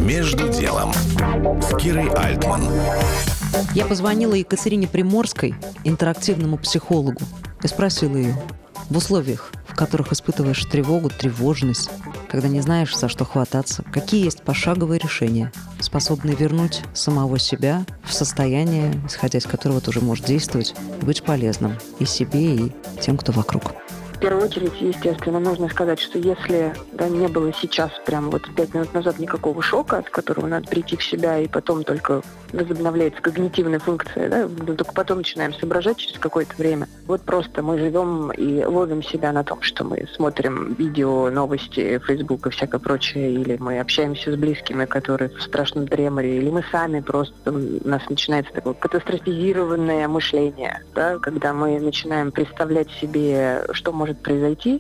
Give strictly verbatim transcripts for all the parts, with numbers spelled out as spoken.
«Между делом» с Кирой Альтман. Я позвонила Екатерине Приморской, интерактивному психологу, и спросила ее: в условиях, в которых испытываешь тревогу, тревожность, когда не знаешь, за что хвататься, какие есть пошаговые решения, способные вернуть самого себя в состояние, исходя из которого ты уже можешь действовать, быть полезным и себе, и тем, кто вокруг. В первую очередь, естественно, нужно сказать, что если да, не было сейчас, прям вот пять минут назад, никакого шока, от которого надо прийти в себя, и потом только возобновляется когнитивная функция, да, только потом начинаем соображать через какое-то время. Вот просто мы живем и ловим себя на том, что мы смотрим видео, новости, Facebook и всякое прочее, или мы общаемся с близкими, которые в страшном дреморе, или мы сами просто, у нас начинается такое катастрофизированное мышление, да, когда мы начинаем представлять себе, что может может произойти,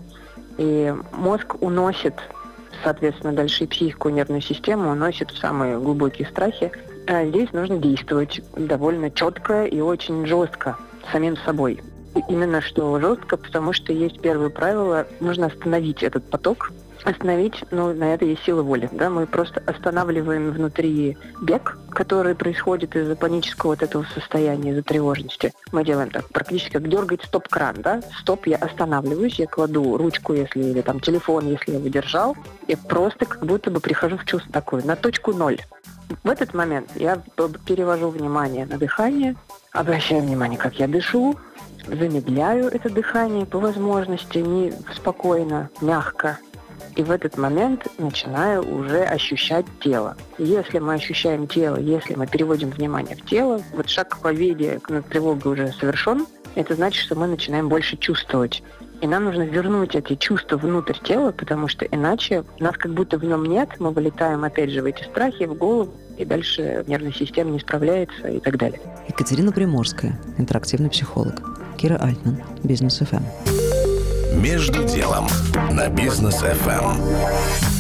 и мозг уносит, соответственно, дальше и психику, и нервную систему уносит в самые глубокие страхи. А здесь нужно действовать довольно четко и очень жестко самим собой. И именно что жестко, потому что есть первое правило: нужно остановить этот поток. Остановить, ну, на это есть сила воли. Да? Мы просто останавливаем внутри бег, который происходит из-за панического вот этого состояния, из-за тревожности. Мы делаем так, практически как дергать стоп-кран, да? Стоп, я останавливаюсь, я кладу ручку, если, или там телефон, если я выдержал, и просто как будто бы прихожу в чувство такое, на точку ноль. В этот момент я перевожу внимание на дыхание, обращаю внимание, как я дышу, замедляю это дыхание по возможности, не спокойно, мягко. И в этот момент начинаю уже ощущать тело. Если мы ощущаем тело, если мы переводим внимание в тело, вот шаг к победе над тревогой уже совершен, это значит, что мы начинаем больше чувствовать. И нам нужно вернуть эти чувства внутрь тела, потому что иначе нас как будто в нем нет, мы вылетаем опять же в эти страхи, в голову, и дальше нервная система не справляется и так далее. Екатерина Приморская, интерактивный психолог. Кира Альтман, Бизнес эф эм. «Между делом» на Бизнес эф эм.